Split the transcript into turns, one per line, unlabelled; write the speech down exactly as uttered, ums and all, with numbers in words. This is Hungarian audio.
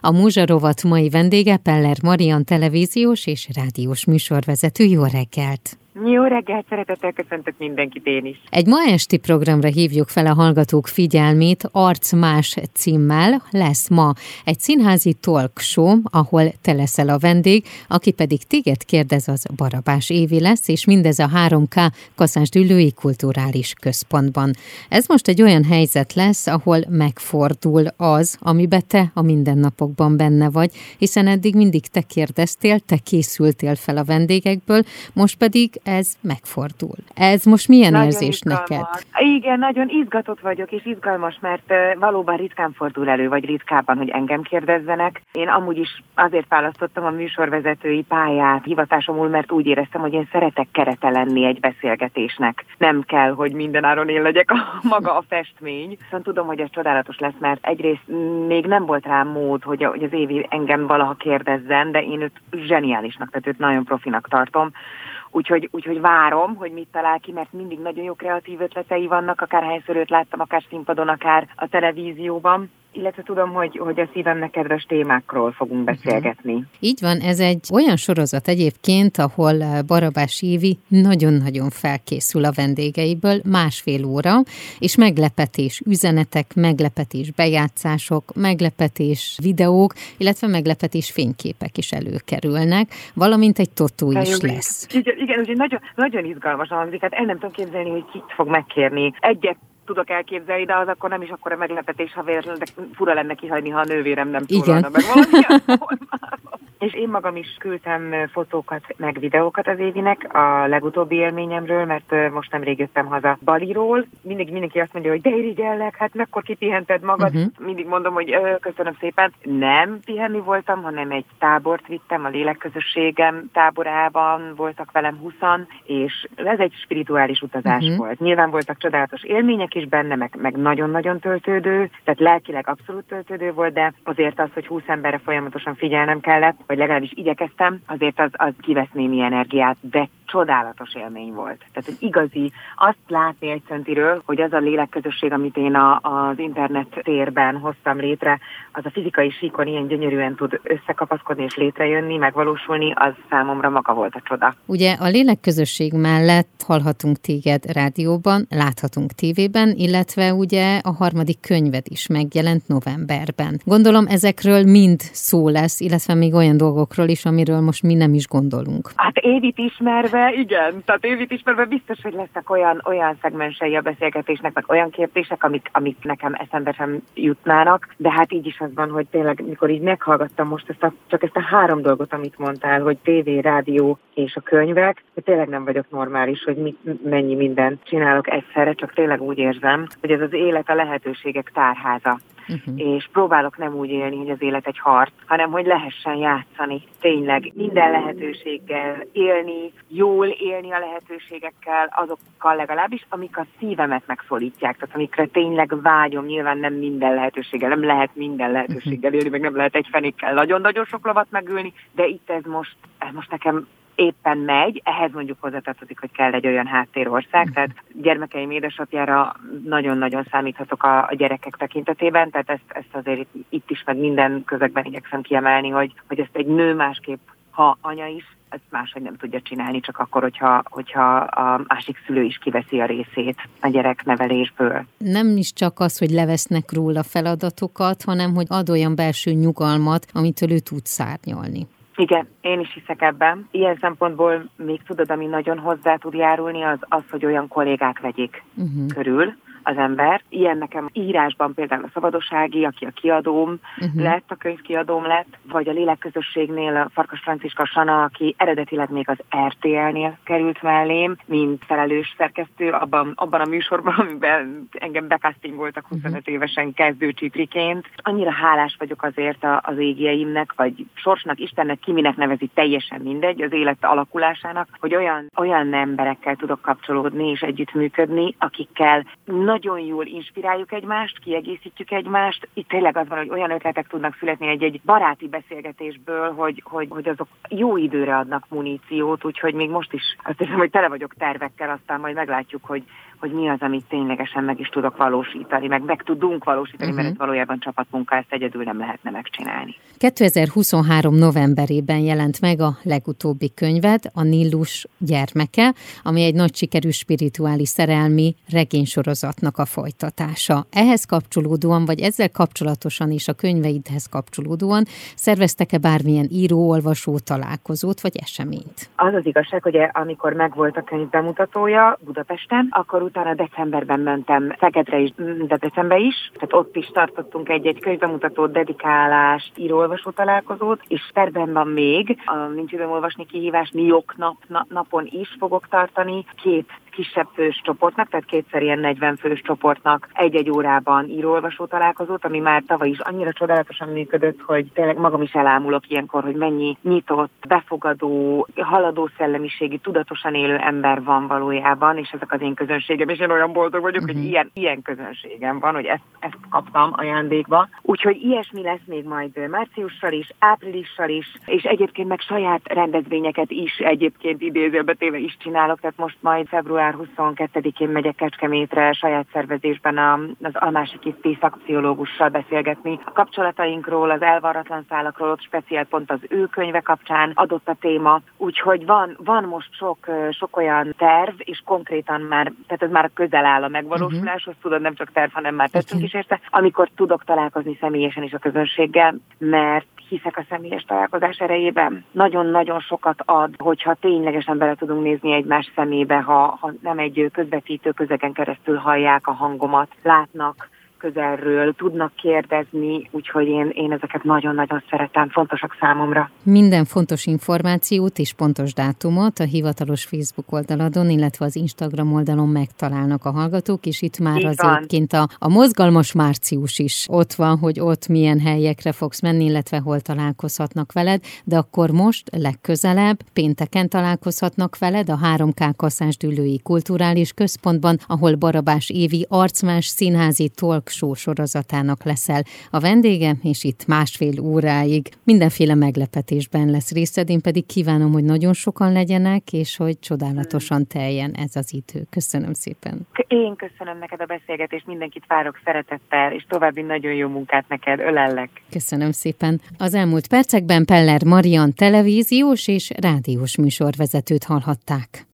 A Múzsa rovat mai vendége Peller Marian televíziós és rádiós műsorvezető. Jó reggelt!
Jó reggelt, szeretettel köszöntök mindenkit én is.
Egy ma esti programra hívjuk fel a hallgatók figyelmét, Arc Más címmel. Lesz ma egy színházi talk show, ahol te leszel a vendég, aki pedig téged kérdez, az Barabás Évi lesz, és mindez a három ká Kaszásdüllői Kulturális Központban. Ez most egy olyan helyzet lesz, ahol megfordul az, amiben te a mindennapokban benne vagy, hiszen eddig mindig te kérdeztél, te készültél fel a vendégekből, most pedig ez megfordul. Ez most milyen nagyon érzés izgalmas. Neked?
Igen, nagyon izgatott vagyok, és izgalmas, mert valóban ritkán fordul elő, vagy ritkábban, hogy engem kérdezzenek. Én amúgy is azért választottam a műsorvezetői pályát hivatásomul, mert úgy éreztem, hogy én szeretek kerete lenni egy beszélgetésnek. Nem kell, hogy mindenáron én legyek a maga a festmény. Szóval tudom, hogy ez csodálatos lesz, mert egyrészt még nem volt rám mód, hogy az Évi engem valaha kérdezzen, de én őt zseniálisnak, tehát őt nagyon profinak tartom. Úgyhogy, úgyhogy várom, hogy mit talál ki, mert mindig nagyon jó kreatív ötletei vannak, akárhányszor őt láttam, akár színpadon, akár a televízióban. Illetve tudom, hogy, hogy a szívemnek kedves témákról fogunk beszélgetni. Uh-huh.
Így van, ez egy olyan sorozat egyébként, ahol Barabás Évi nagyon-nagyon felkészül a vendégeiből, másfél óra, és meglepetés üzenetek, meglepetés bejátszások, meglepetés videók, illetve meglepetés fényképek is előkerülnek, valamint egy totó is lesz.
Igen, igen, úgyhogy nagyon, nagyon izgalmasan hangzik, hát el nem tudom képzelni, hogy kit fog megkérni. Egyet tudok elképzelni, de az akkor nem is akkora meglepetés, ha véletlenül, de fura lenne kihagyni, ha a nővérem nem szólalna meg valamilyen formában. És én magam is küldtem fotókat, meg videókat az Évinek a legutóbbi élményemről, mert most nemrég jöttem haza Baliról. Mindig mindenki azt mondja, hogy de irigyellek, hát mekkor kipihented magad. Uh-huh. Mindig mondom, hogy ö, köszönöm szépen. Nem pihenni voltam, hanem egy tábort vittem, a lélekközösségem táborában voltak velem húszan, és ez egy spirituális utazás uh-huh. volt. Nyilván voltak csodálatos élmények is benne, meg, meg nagyon-nagyon töltődő, tehát lelkileg abszolút töltődő volt, de azért az, hogy húsz emberre folyamatosan figyelnem kellett, vagy legalábbis igyekeztem, azért az, az kivesz némi energiát, de csodálatos élmény volt. Tehát, hogy igazi, azt látni egy centiről, hogy az a lélekközösség, amit én a, az internet térben hoztam létre, az a fizikai síkon ilyen gyönyörűen tud összekapaszkodni és létrejönni, megvalósulni, az számomra maga volt a csoda.
Ugye a lélekközösség mellett hallhatunk téged rádióban, láthatunk tévében, illetve ugye a harmadik könyved is megjelent novemberben. Gondolom ezekről mind szó lesz, illetve még olyan dolgokról is, amiről most mi nem is gondolunk.
Hát Évit ismerve, igen, tehát Évit ismerve biztos, hogy lesznek olyan, olyan szegmensei a beszélgetésnek, meg olyan kérdések, amik, amik nekem eszembe sem jutnának, de hát így is az van, hogy tényleg, mikor így meghallgattam most ezt a, csak ezt a három dolgot, amit mondtál, hogy tévé, rádió és a könyvek, hogy tényleg nem vagyok normális, hogy mit, mennyi mindent csinálok egyszerre, csak tényleg úgy érzem, hogy ez az élet a lehetőségek tárháza. Uh-huh. És próbálok nem úgy élni, hogy az élet egy harc, hanem hogy lehessen játszani. Tényleg minden lehetőséggel élni, jól élni a lehetőségekkel, azokkal legalábbis, amik a szívemet megszólítják. Tehát amikre tényleg vágyom, nyilván nem minden lehetőséggel, nem lehet minden lehetőséggel élni, meg nem lehet egy fenékkel nagyon-nagyon sok lovat megülni, de itt ez most, ez most nekem éppen megy, ehhez mondjuk hozzátartozik, hogy kell egy olyan háttérország, tehát gyermekeim édesapjára nagyon-nagyon számíthatok a, a gyerekek tekintetében, tehát ezt, ezt azért itt, itt is, meg minden közegben igyekszem kiemelni, hogy, hogy ezt egy nő másképp, ha anya is, ezt máshogy nem tudja csinálni, csak akkor, hogyha, hogyha a másik szülő is kiveszi a részét a gyereknevelésből.
Nem is csak az, hogy levesznek róla feladatokat, hanem hogy ad olyan belső nyugalmat, amitől ő tud szárnyalni.
Igen, én is hiszek ebben. Ilyen szempontból még tudod, ami nagyon hozzá tud járulni, az az, hogy olyan kollégák vegyék uh-huh. körül az ember. Ilyen nekem írásban például a Szabadosági, aki a kiadóm uh-huh. lett, a könyvkiadóm lett, vagy a lélekközösségnél a Farkas Franciska Sana, aki eredetileg még az er té el-nél került mellém, mint felelős szerkesztő abban, abban a műsorban, amiben engem bekasztingoltak huszonöt uh-huh. évesen kezdő csitriként. Annyira hálás vagyok azért az égjeimnek, vagy sorsnak, Istennek, ki minek nevezi, teljesen mindegy, az élet alakulásának, hogy olyan, olyan emberekkel tudok kapcsolódni és együttműködni, akikkel nagyon jól inspiráljuk egymást, kiegészítjük egymást. Itt tényleg az van, hogy olyan ötletek tudnak születni egy-egy baráti beszélgetésből, hogy, hogy, hogy azok jó időre adnak muníciót, úgyhogy még most is azt hiszem, hogy tele vagyok tervekkel, aztán majd meglátjuk, hogy, hogy mi az, amit ténylegesen meg is tudok valósítani, meg meg tudunk valósítani, uh-huh. mert ez valójában csapatmunka, ezt egyedül nem lehetne megcsinálni.
kétezer-huszonhárom novemberében jelent meg a legutóbbi könyved, a Nillus gyermeke, ami egy nagy sikerű spirituális szerelmi regénysorozatnak a folytatása. Ehhez kapcsolódóan, vagy ezzel kapcsolatosan is a könyveidhez kapcsolódóan szerveztek-e bármilyen író-olvasó találkozót, vagy eseményt?
Az az igazság, hogy amikor megvolt a könyv bemutatója Budapesten, akkor utána decemberben mentem Szegedre is, de december is, tehát ott is tartottunk egy-egy könyvbemutatót, dedikálást, író-olvasó találkozót, és terben van még a Nincs időm olvasni kihívás, Niok nap, na, napon is fogok tartani, két kisebb fős csoportnak, tehát kétszer ilyen negyven fős csoportnak egy-egy órában író-olvasó találkozót, ami már tavaly is annyira csodálatosan működött, hogy tényleg magam is elámulok ilyenkor, hogy mennyi nyitott, befogadó, haladó szellemiségű, tudatosan élő ember van valójában, és ezek az én közönségem, és én olyan boldog vagyok, uh-huh. hogy ilyen, ilyen közönségem van, hogy ezt, ezt kaptam ajándékba. Úgyhogy ilyesmi lesz még majd márciussal is, áprilissal is, és egyébként meg saját rendezvényeket is egyébként idézőbe téve is csinálok, tehát most majd február huszonkettedikén megyek Kecskemétre saját szervezésben az Almási Kitti szakpszichológussal beszélgetni. A kapcsolatainkról, az elvarratlan szálakról, ott speciál pont az ő könyve kapcsán adott a téma, úgyhogy van, van most sok, sok olyan terv, és konkrétan már, tehát ez már közel áll a megvalósuláshoz, uh-huh. tudod, nem csak terv, hanem már tettünk okay. is érte, amikor tudok találkozni személyesen is a közönséggel, mert hiszek a személyes találkozás erejében. Nagyon-nagyon sokat ad, hogyha ténylegesen bele tudunk nézni egymás szemébe, ha, ha nem egy közvetítő közegen keresztül hallják a hangomat, látnak közelről, tudnak kérdezni, úgyhogy én, én ezeket nagyon-nagyon szeretem, fontosak számomra.
Minden fontos információt és pontos dátumot a hivatalos Facebook oldaladon, illetve az Instagram oldalon megtalálnak a hallgatók, és itt már az egyébként a, a mozgalmas március is ott van, hogy ott milyen helyekre fogsz menni, illetve hol találkozhatnak veled, de akkor most legközelebb pénteken találkozhatnak veled a három ká Kaszásdüllői Kulturális Központban, ahol Barabás Évi arcmás színházi talk show sorozatának leszel a vendége, és itt másfél óráig mindenféle meglepetésben lesz részed. Én pedig kívánom, hogy nagyon sokan legyenek, és hogy csodálatosan teljen ez az idő. Köszönöm szépen.
Én köszönöm neked a beszélgetést, mindenkit várok szeretettel, és további nagyon jó munkát neked, ölellek.
Köszönöm szépen. Az elmúlt percekben Peller Marian televíziós és rádiós műsorvezetőt hallhatták.